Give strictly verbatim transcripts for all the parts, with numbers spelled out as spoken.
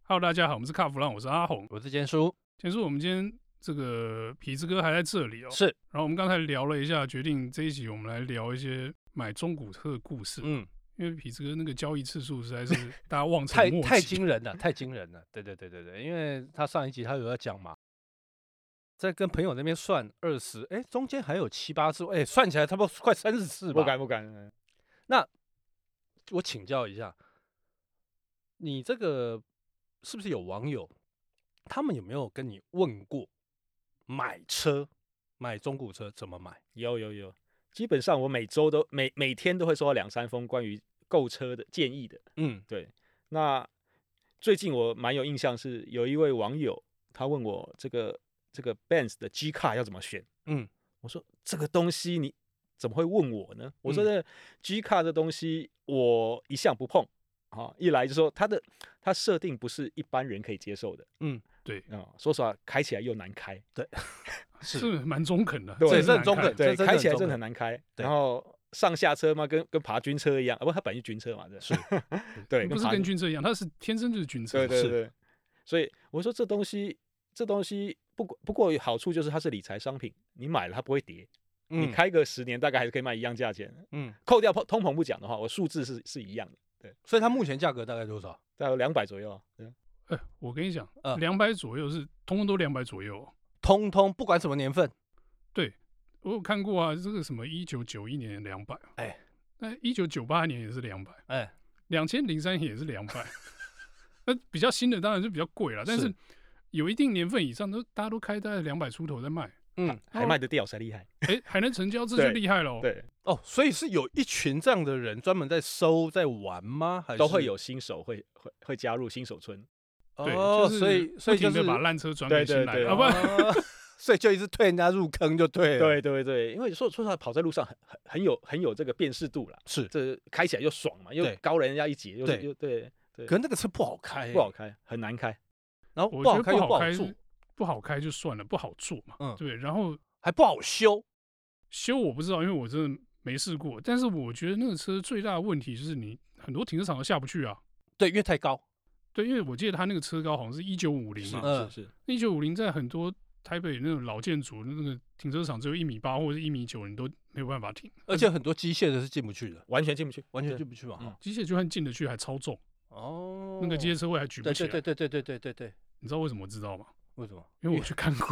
Hello， 大家好，我们是卡弗朗，我是阿红， 我是坚叔。 坚叔，我们今天这个痞子哥还在这里哦。 是。 然后我们刚才聊了一下，决定这一集我们来聊一些买中古车的故事。嗯，因为痞子哥那个交易次数实在是大家望尘莫及， 太太惊人了，太惊人了。对对对对对，因为他上一集他有要讲嘛，在跟朋友那边算二十，哎，中间还有七八次，哎，算起来差不多快三十次吧。 不敢不敢。 那我请教一下，你这个是不是有网友，他们有没有跟你问过买车、买中古车怎么买？ 有有有，基本上我每周都每每天都会收到两三封关于购车的建议的。嗯，对。那最近我蛮有印象是有一位网友，他问我这个这个 Benz 的 G Car 要怎么选。嗯，我说这个东西你怎么会问我呢？我说这 G Car 这东西我一向不碰。啊，一来就说它的它设定不是一般人可以接受的。 嗯，对啊、嗯，说实话，开起来又难开。 对， 是蛮中肯的。 对，是很中肯。 对，开起来真的很难开。然后上下车嘛，跟跟爬军车一样啊，不，它本来就军车嘛， 是， 对， 不是跟军车一样，它是天生就是军车。 对对对。所以我说这东西，这东西不不过好处就是它是理财商品，你买了它不会跌。嗯、你开个十年，大概还是可以卖一样价钱。嗯，扣掉通膨不讲的话，我数字是是一样的。对， 所以它目前价格大概多少？ 大概两百左右啊。对， 哎，我跟你讲，两百左右是通通都两百左右、哦， 通通不管什么年份。 对，我有看过啊，这个什么一九九一年两百，哎，那一九九八年也是两百，哎，两千零三也是两百，那比较新的当然是比较贵了，但是有一定年份以上都大家都开大概两百出头在卖。 嗯，还卖得掉才厉害， 哎，还能成交，这就厉害了。 对哦，所以是有一群这样的人专门在收在玩吗？还是都会有新手会会会加入新手村？ 对， 哦， 就是所以所以就是把烂车转给新来的， 啊不，所以就一直推人家入坑就对了。 对对对，因为说说实话，跑在路上很很很有很有这个辨识度啦， 是这开起来又爽嘛，又高人家一截，又又对对。 可是那个车不好开， 不好开，很难开， 然后不好开又不好做，不好开就算了，不好做嘛，嗯，对，然后。 还不好修， 修我不知道，因为我真的没试过。但是我觉得那个车最大的问题就是你很多停车场都下不去啊。 对，因为太高。 对，因为我记得他那个车高好像是一九五零嘛， 是是一九五零，在很多台北那种老建筑那个停车场只有一米八或者一米九，你都没有办法停。 而且很多机械的是进不去的， 完全进不去， 完全进不去嘛。嗯、 机械就算进得去还超重哦，那个机械车位还举不起来。 对对对对对对对对， 你知道为什么我知道吗？ 为什么？ 因为我去看过。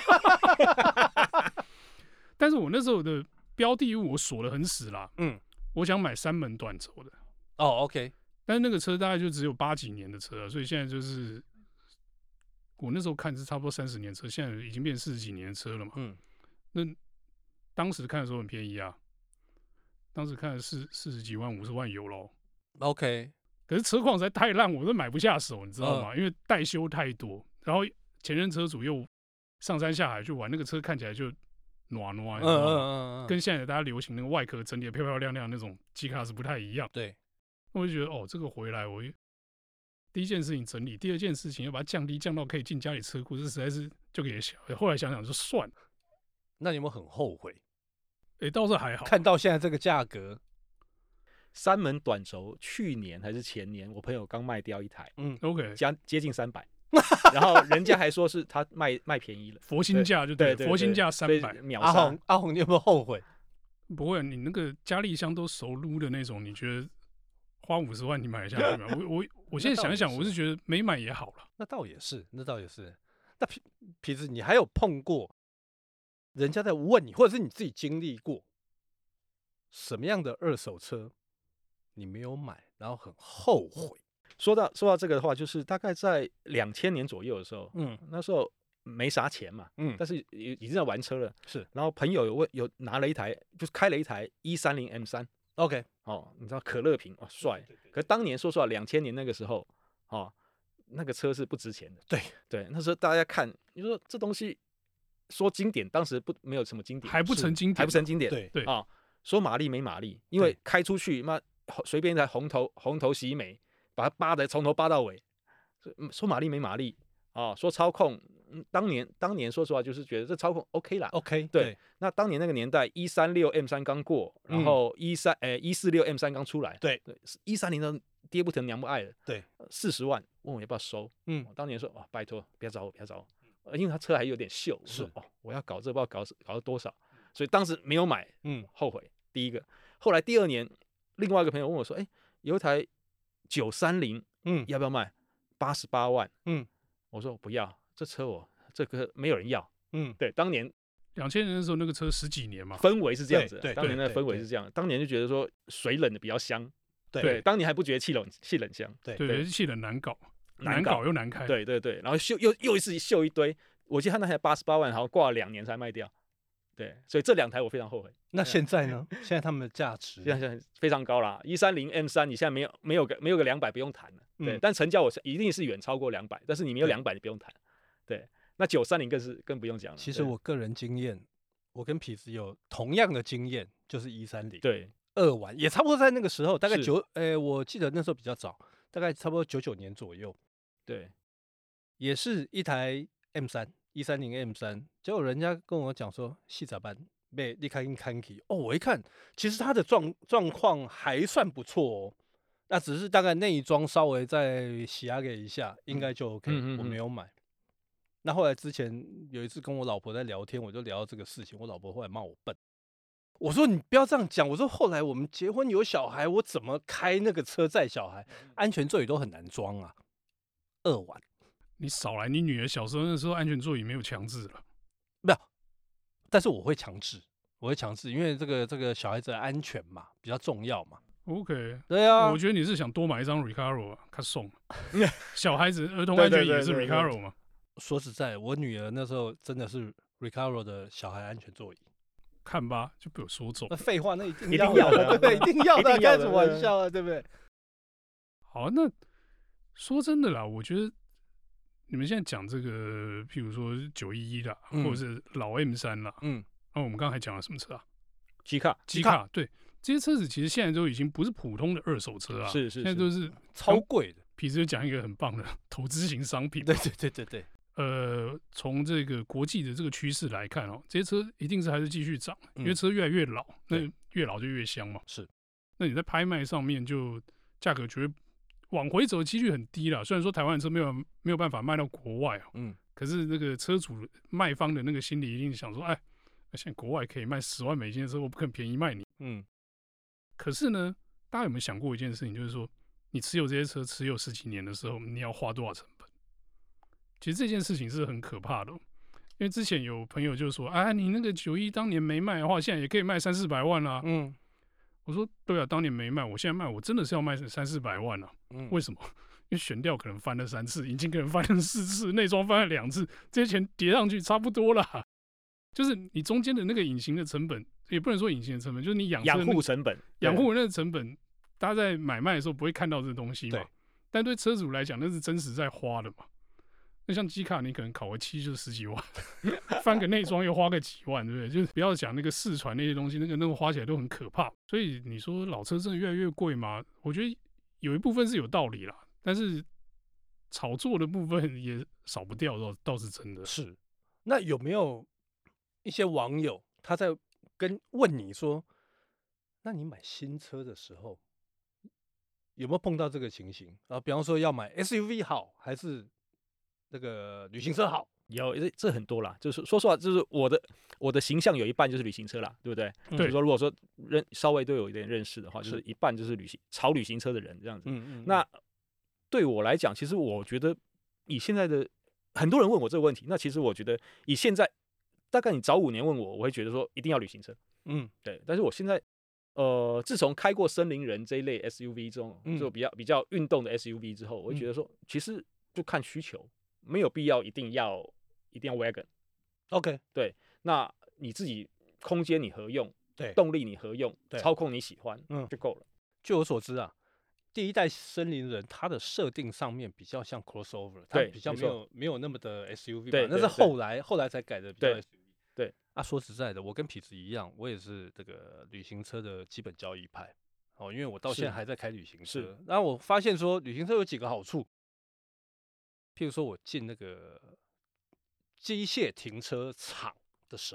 但是我那时候的标的物我锁得很死啦，嗯，我想买三门短轴的， 哦 ，OK， 但是那个车大概就只有八几年的车，所以现在就是我那时候看是差不多三十年车，现在已经变四十几年的车了嘛，嗯，那当时看的时候很便宜啊，当时看是四十几万、五十万有咯 ，OK， 可是车况实在太烂，我都买不下手，你知道吗？嗯、因为代修太多，然后前任车主又上山下海去玩，那个车看起来就。暖暖，嗯嗯嗯，跟现在大家流行那个外壳整理的漂漂亮亮那种 G 卡是不太一样。 对， 我就觉得哦，这个回来我第一件事情整理，第二件事情要把它降低，降到可以进家里车库，这实在是就给小。后来想想就算了。 那你有没有很后悔？ 哎、欸，倒是还好。 看到现在这个价格， 三门短轴，去年还是前年，我朋友刚卖掉一台， 嗯 ，OK， 加接近三百。然后人家还说是他卖卖便宜了， 佛心价就对， 对佛心价三百， 秒杀。阿红，阿红，你有没有后悔？ 不会，你那个加力箱都熟撸的那种，你觉得花五十万你买得下去吗？我我我现在想一想，我是觉得没买也好了。 那倒也是，那倒也是。那皮皮子，你还有碰过人家在问你，或者是你自己经历过什么样的二手车你没有买，然后很后悔？ 说到说到这个的话，就是大概在两千年左右的时候，嗯，那时候没啥钱嘛，嗯，但是已经在玩车了， 是。 然后朋友有问有拿了一台，就是开了一台一三零 M 三 ，OK， 哦，你知道可乐瓶哦，帅。可是当年说实话，两千年那个时候，哦，那个车是不值钱的， 对对，那时候大家看，你说这东西说经典，当时不没有什么经典， 还不成经典， 还不成经典， 对对啊，说马力没马力，因为开出去妈随便一台红头红头喜美。把它扒的从头扒到尾，说马力没马力啊，说操控，嗯，当年当年说实话就是觉得这操控 OK 啦 ，OK， 对。对那当年那个年代，一三六 M 三刚过，然后一三诶一四六 M 三刚出来， 对对，一三零的爹不疼娘不爱的， 对， 四十万问我要不要收，嗯，我当年说哦拜托不要找我不要找我，因为他车还有点秀，我说哦我要搞这不知道搞搞了多少，所以当时没有买，嗯，后悔。第一个，后来第二年，另外一个朋友问我说，哎，有一台九三零，嗯，要不要卖？八十八万，嗯，我说不要，这车我这个没有人要，嗯，对，当年。 两千年的时候，那个车十几年嘛， 氛围是这样子。对，当年的氛围是这样。当年就觉得说水冷的比较香。对，当年还不觉得气冷气冷香。 对对，气冷难搞，难搞又难开。 对对对，然后秀又又一次秀一堆。我记得他那台八十八万，好像挂了两年才卖掉。对，所以这两台我非常后悔。 那现在呢？现在他们的价值现在非常高啦。一三零 M 三，你现在没有没有个没有个两百不用谈了。对，但成交我一定是远超过两百，但是你没有两百你不用谈。对，那九三零更是更不用讲了。 其实我个人经验。我跟痞子有同样的经验，就是一三零， 对， 二晚也差不多在那个时候，大概九，诶，我记得那时候比较早，大概差不多九九年左右， 对， 也是一台 M 三，一三零 M 三，结果人家跟我讲说，细咋办？被立开看起，哦，我一看，其实它的状状况还算不错哦，那只是大概内装稍微再洗压给一下，应该就 OK，、嗯、我没有买。那后来之前有一次跟我老婆在聊天，我就聊到这个事情，我老婆后来骂我笨。我说你不要这样讲，我说后来我们结婚有小孩，我怎么开那个车载小孩？安全座椅都很难装啊。二晚， 你少来！你女儿小时候那时候安全座椅没有强制了， 没有，但是我会强制，我会强制，因为这个这个小孩子的安全嘛比较重要嘛。 OK， 对啊， 我觉得你是想多买一张 Recaro 啊，他送小孩子儿童安全椅也是 Recaro 嘛。 说实在，我女儿那时候真的是 Recaro 的小孩安全座椅， 看吧，就被我说中。 那废话，那一定要的，对不对？一定要的，开什么玩笑啊，对不对？ 好，那说真的啦，我觉得你们现在讲这个，譬如说九一一啦，嗯、或者是老 M 三啦，嗯，那我们刚才讲了什么车啊？ 基卡， 基卡，对，这些车子其实现在都已经不是普通的二手车啊， 是是， 现在都是超贵的。 痞子就讲一个很棒的投资型商品， 对对对对对。 呃，从这个国际的这个趋势来看哦，这些车一定是还是继续涨，因为车越来越老，那越老就越香嘛。 是， 那你在拍卖上面就价格绝对往回走的几率很低啦。虽然说台湾的车没有没有办法卖到国外啊，嗯，可是那个车主卖方的那个心里一定想说，哎，现在国外可以卖十万美金的车，我不肯便宜卖你，嗯。可是呢，大家有没有想过一件事情，就是说，你持有这些车持有十几年的时候，你要花多少成本？其实这件事情是很可怕的，因为之前有朋友就说：“啊，你那个九一当年没卖的话，现在也可以卖三四百万啦、啊。”嗯，我说：“对啊，当年没卖，我现在卖，我真的是要卖三四百万啊。嗯，为什么？因为悬吊可能翻了三次，引擎可能翻了四次，内装翻了两次，这些钱叠上去差不多啦。就是你中间的那个隐形的成本，也不能说隐形的成本，就是你养、那個、 养护成本， 养护那个成本，大家在买卖的时候不会看到这东西嘛。但对车主来讲，那是真实在花的嘛。那像基卡，你可能烤个漆就是十几万，翻个内装又花个几万，对不对？就是不要讲那个四传那些东西，那个那个花起来都很可怕。所以你说老车真的越来越贵吗？我觉得有一部分是有道理啦，但是炒作的部分也少不掉，倒倒是真的。 是，那有没有一些网友他在跟问你说，那你买新车的时候有没有碰到这个情形啊？比方说要买 S U V 好还是那个旅行车好？ 有，这很多啦。就是说实话，就是我的我的形象有一半就是旅行车啦，对不对？ 对。 就是说，如果说认稍微都有一点认识的话，就是一半就是旅行炒旅行车的人这样子。嗯 嗯, 嗯。那对我来讲，其实我觉得以现在的很多人问我这个问题，那其实我觉得以现在大概你早五年问我，我会觉得说一定要旅行车。嗯，对。但是我现在呃，自从开过森林人这一类 S U V 这种就比较比较运动的 S U V 之后，我会觉得说，其实就看需求。没有必要一定要一定要 wagon，OK， 对，那你自己空间你合用，对，动力你合用，操控你喜欢，嗯，就够了。 据我所知啊，第一代森林人它的设定上面比较像 crossover， 它比较没有没有那么的 S U V， 对，那是后来后来才改的比较 S U V。 对， 啊，说实在的，我跟痞子一样，我也是这个旅行车的基本交易派，哦，因为我到现在还在开旅行车，然后我发现说旅行车有几个好处。譬如说，我进那个机械停车场的时候，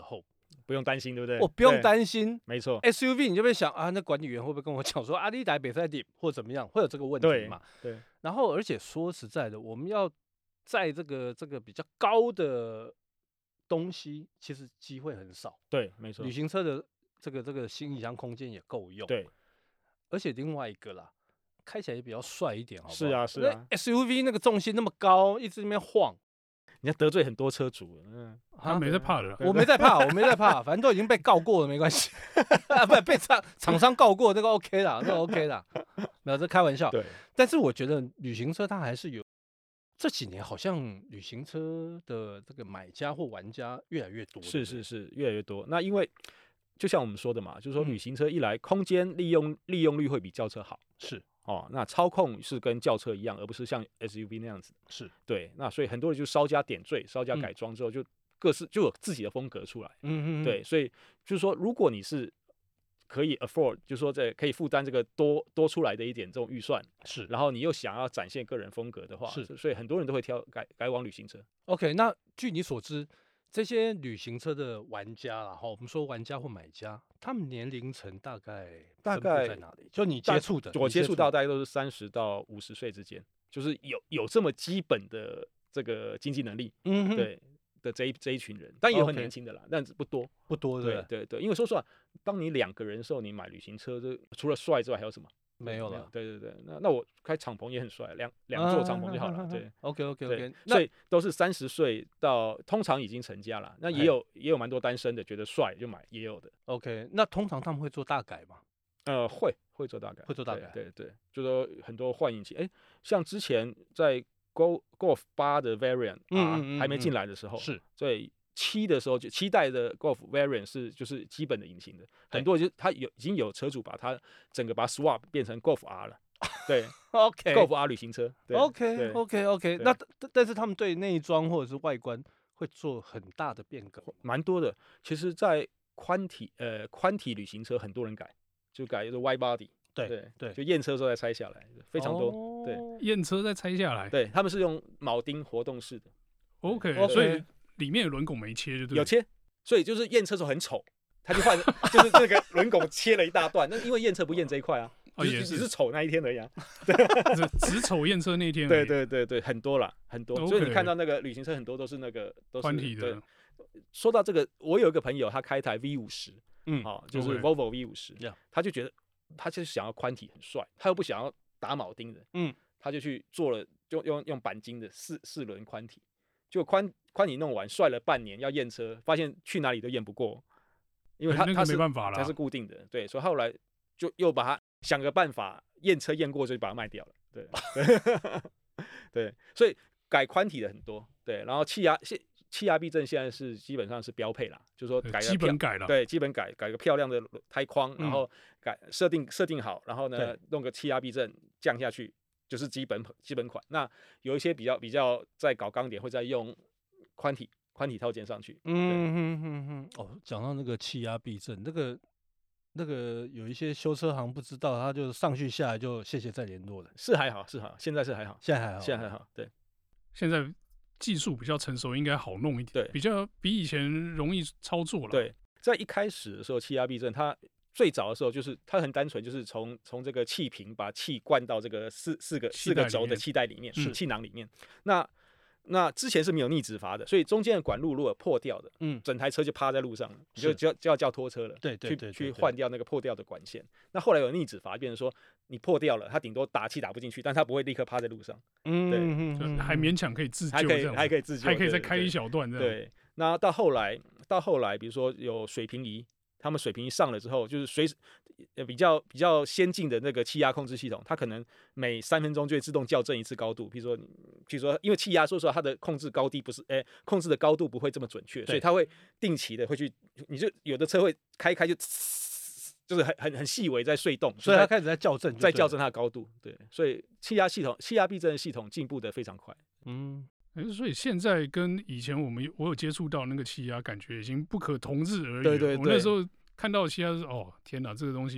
不用担心，对不对？ 我不用担心， 没错。 S U V 你就会想啊，那管理员会不会跟我讲说啊，你台北赛地或怎么样，会有这个问题嘛？ 对。对然后，而且说实在的，我们要在这个这个比较高的东西，其实机会很少。 对，没错。 旅行车的这个这个行李箱空间也够用。 对。 而且另外一个啦，开起来也比较帅一点，好不好？ 是啊，是啊。 S U V 那个重心那么高，一直在那边晃。 你要得罪很多车主，嗯， 他没在怕的， 我没在怕，我没在怕，反正都已经被告过了，没关系，不被厂厂商告过，那个 OK 啦，那个 OK 啦，没有，这开玩笑。 对， 但是我觉得旅行车它还是有，这几年好像旅行车的这个买家或玩家越来越多， 是是是，越来越多。那因为就像我们说的嘛，就是说旅行车一来，空间利用利用率会比轿车好， 是。 哦，那操控是跟轿车一样，而不是像 S U V 那样子。 是对，那所以很多人就稍加点缀、稍加改装之后，就各式就有自己的风格出来。嗯嗯。对，所以就是说，如果你是可以 afford， 就是说在可以负担这个多多出来的一点这种预算， 是， 然后你又想要展现个人风格的话，是，所以很多人都会挑改改往旅行车。 OK， 那据你所知，这些旅行车的玩家啦，哈，我们说玩家或买家，他们年龄层大概大概在哪里？就你接触的， 我接触到大概都是三十到五十岁之间，就是有有这么基本的这个经济能力，嗯，对的这一这一群人，但也有很年轻的啦， okay. 但不多不多， 对对对，因为说实话，当你两个人的时候，你买旅行车，这除了帅之外还有什么？ 没有了， 对对对，那那我开敞篷也很帅，两两座敞篷就好了，对 ，OK OK OK， 所以都是三十岁到通常已经成家了，那也有也有蛮多单身的，觉得帅就买，也有的。 OK， 那通常他们会做大改吗？ 呃，会会做大改， 会做大改， 对 对, 对，就说很多换引擎，哎，像之前在 Go Golf 八的 Variant 啊、嗯、还没进来的时候， 是， 所以七的时候就七代的 Golf Variant 是就是基本的引擎的，很多就他有已经有车主把它整个把它 swap 变成 Golf R 了。对 ，OK， Golf R 旅行车 ，OK OK OK， 那但是他们对内装或者是外观会做很大的变革， 蛮多的。其实，在宽体呃宽体旅行车很多人改，就改就是 wide body， 对对对， 就验车之后再拆下来，非常多。哦、对， 验车再拆下来， 对，他们是用铆钉活动式的 ，OK，, okay. 所以里面的轮拱没切就对， 有切，所以就是验车时候很丑，他就换就是那个轮拱切了一大段，那因为验车不验这一块啊。 哦、 只是丑那一天而已、啊， 只丑验车那天而已。 对对对对，很多啦，很多。Okay. 所以你看到那个旅行车很多都是那个都是宽体的。 说到这个，我有一个朋友，他开台 V 五十，嗯，好、哦，就是 Volvo V 五十， Okay. 他就觉得他就是想要宽体很帅，他又不想要打铆钉的，嗯，他就去做了，就用用钣金的四四轮宽体，就宽宽体弄完，帅了半年，要验车，发现去哪里都验不过，因为他、 欸、 他是没办法他是固定的，对，所以后来就又把它。想个办法验车验过就把它卖掉了，对对，所以改宽体的很多，对，然后气压气压避震现在是基本上是标配啦，就是说改个基本改了， 对，基本改改个漂亮的胎框，然后改设定设定好，然后呢弄个气压避震降下去，就是基本基本款。那有一些比较比较再搞钢点，会再用宽体宽体套件上去。 嗯哼哼哼，哦，讲到那个气压避震，那个。那个有一些修车行不知道，他就上去下来就谢谢再联络了。 是还好，是好，现在是还好， 现在还好， 现在还好。对， 现在技术比较成熟，应该好弄一点， 对， 比较比以前容易操作了。 对，在一开始的时候，气压避震它最早的时候就是它很单纯，就是从从这个气瓶把气灌到这个四四个四个轴的气带里面，是气囊里面。那那之前是没有逆止阀的，所以中间的管路如果破掉的，嗯，整台车就趴在路上了，你就就要就要叫拖车了， 对对对， 去去换掉那个破掉的管线。那后来有逆止阀，变成说你破掉了，它顶多打气打不进去，但它不会立刻趴在路上， 嗯，对，嗯、还勉强可以自救， 还可以还可以自救， 还可以再开一小段这样。 对，那到后来到后来，比如说有水平仪。他们水平仪上了之后，就是随呃比较比较先进的那个气压控制系统，它可能每三分钟就会自动校正一次高度。比如说，比如说，因为气压说实话，它的控制高低不是，哎、欸，控制的高度不会这么准确，所以它会定期的会去，你就有的车会开一开就，就是很很很细微在碎动， 所以它开始在校正， 在校正它的高度。对，所以气压系统、气压避震系统进步的非常快。 嗯。所以现在跟以前我们我有接触到那个气压，感觉已经不可同日而语了。 对对对， 我那时候看到气压是哦，天哪，这个东西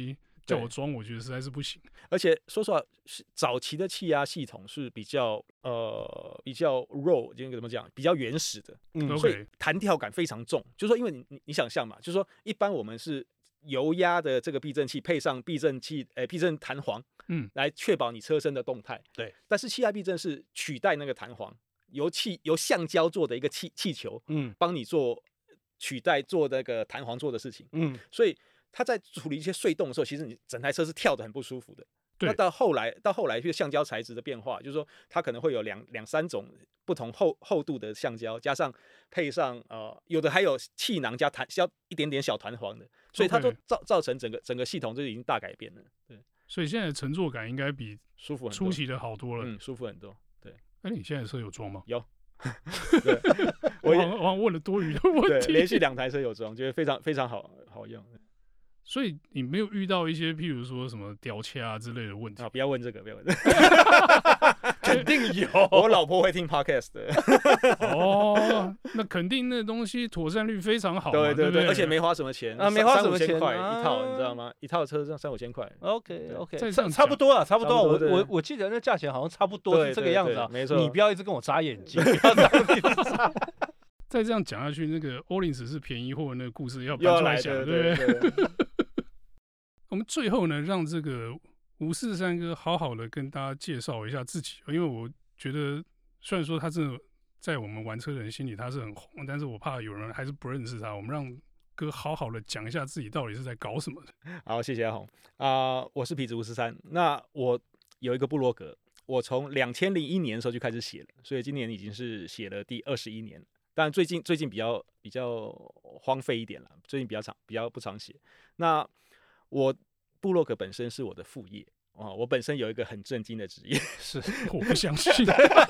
叫我装，我觉得实在是不行。 而且说实话，早期的气压系统是比较呃比较 raw， 就怎么讲，比较原始的，嗯，所以弹跳感非常重。就是说，因为你你你想象嘛，就是说，一般我们是油压的这个避震器配上避震器，呃，避震弹簧，嗯，来确保你车身的动态。对，但是气压避震是取代那个弹簧，由气由橡胶做的一个气气球，嗯，帮你做取代做那个弹簧做的事情，嗯，所以它在处理一些碎动的时候，其实你整台车是跳得很不舒服的。那到后来，到后来，这个橡胶材质的变化，就是说它可能会有两两三种不同厚厚度的橡胶，加上配上呃，有的还有气囊加弹，要一点点小弹簧的，所以它都造造成整个整个系统就已经大改变了。对， 所以现在的乘坐感应该比舒服很多， 初期的好多了， 嗯，舒服很多。对， 那、欸、你现在的车有装吗？ 有。 对，我好像问了多余的问题。 连续两台车有装，觉得非常非常好好用。 所以你没有遇到一些譬如说什么掉卡之类的问题啊？不要问这个，不要问这个。肯定有，我老婆会听 podcast 的。 哦，那肯定那东西妥善率非常好， 对对对, 对， 而且没花什么钱啊，没花什么钱， 块一套，你知道吗？一套车上三五千块。 OK OK， 差差不多了，差不多。我我我记得那价钱好像差不多是这个样子啊。 没错， 你不要一直跟我眨眼睛，不要这样子。 再这样讲下去，那个欧林斯是便宜货的那个故事要搬出来讲，对不对？我们最后呢，让这个五四三哥好好的跟大家介绍一下自己，因为我觉得虽然说他真的在我们玩车的人心里他是很红，但是我怕有人还是不认识他。我们让哥好好的讲一下自己到底是在搞什么的。 好，谢谢阿红啊、呃，我是痞子五四三。那我有一个部落格，我从两千零一年的时候就开始写了，所以今年已经是写了第二十一年了。但最近最近比较比较荒废一点了，最近比较常比较不常写。那我部落格本身是我的副业啊，我本身有一个很正经的职业， 是我不相信，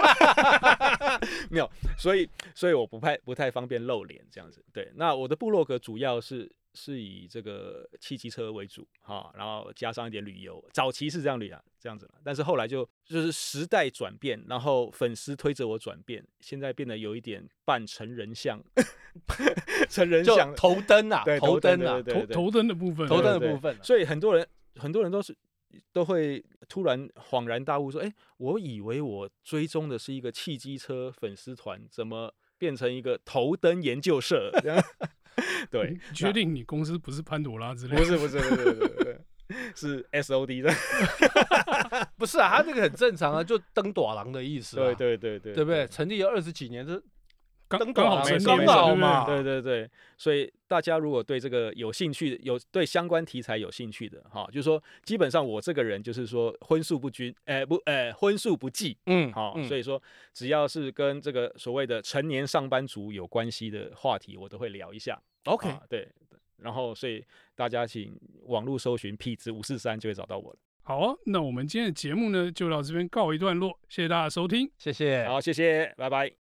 没有，所以所以我不太不太方便露脸这样子。对，那我的部落格主要是是以这个汽机车为主哈，然后加上一点旅游，早期是这样旅啊这样子，但是后来就就是时代转变，然后粉丝推着我转变，现在变得有一点半成人像。成人像头灯啊， 对头灯啊， 头头灯的部分， 头灯的部分， 所以很多人很多人都是都会突然恍然大悟说：“哎、欸，我以为我追踪的是一个汽机车粉丝团，怎么变成一个头灯研究社？”对， 你确定你公司不是潘朵拉之类的？ 不是不是不是不是不是，是 S O D 的。 不是啊，他这个很正常啊，就灯短郎的意思、啊。 对对对对， 对不对？成立了二十几年，这。 刚刚好刚好嘛， 对对对，所以大家如果对这个有兴趣，有对相关题材有兴趣的哈，就是说基本上我这个人就是说荤素不均，哎、欸、不哎、欸、荤素不忌，嗯，好、嗯，所以说只要是跟这个所谓的成年上班族有关系的话题，我都会聊一下。 OK，、 啊、对，然后所以大家请网络搜寻痞子五四三就会找到我了。 好啊，那我们今天的节目呢就到这边告一段落，谢谢大家收听， 谢谢， 好，谢谢，拜拜。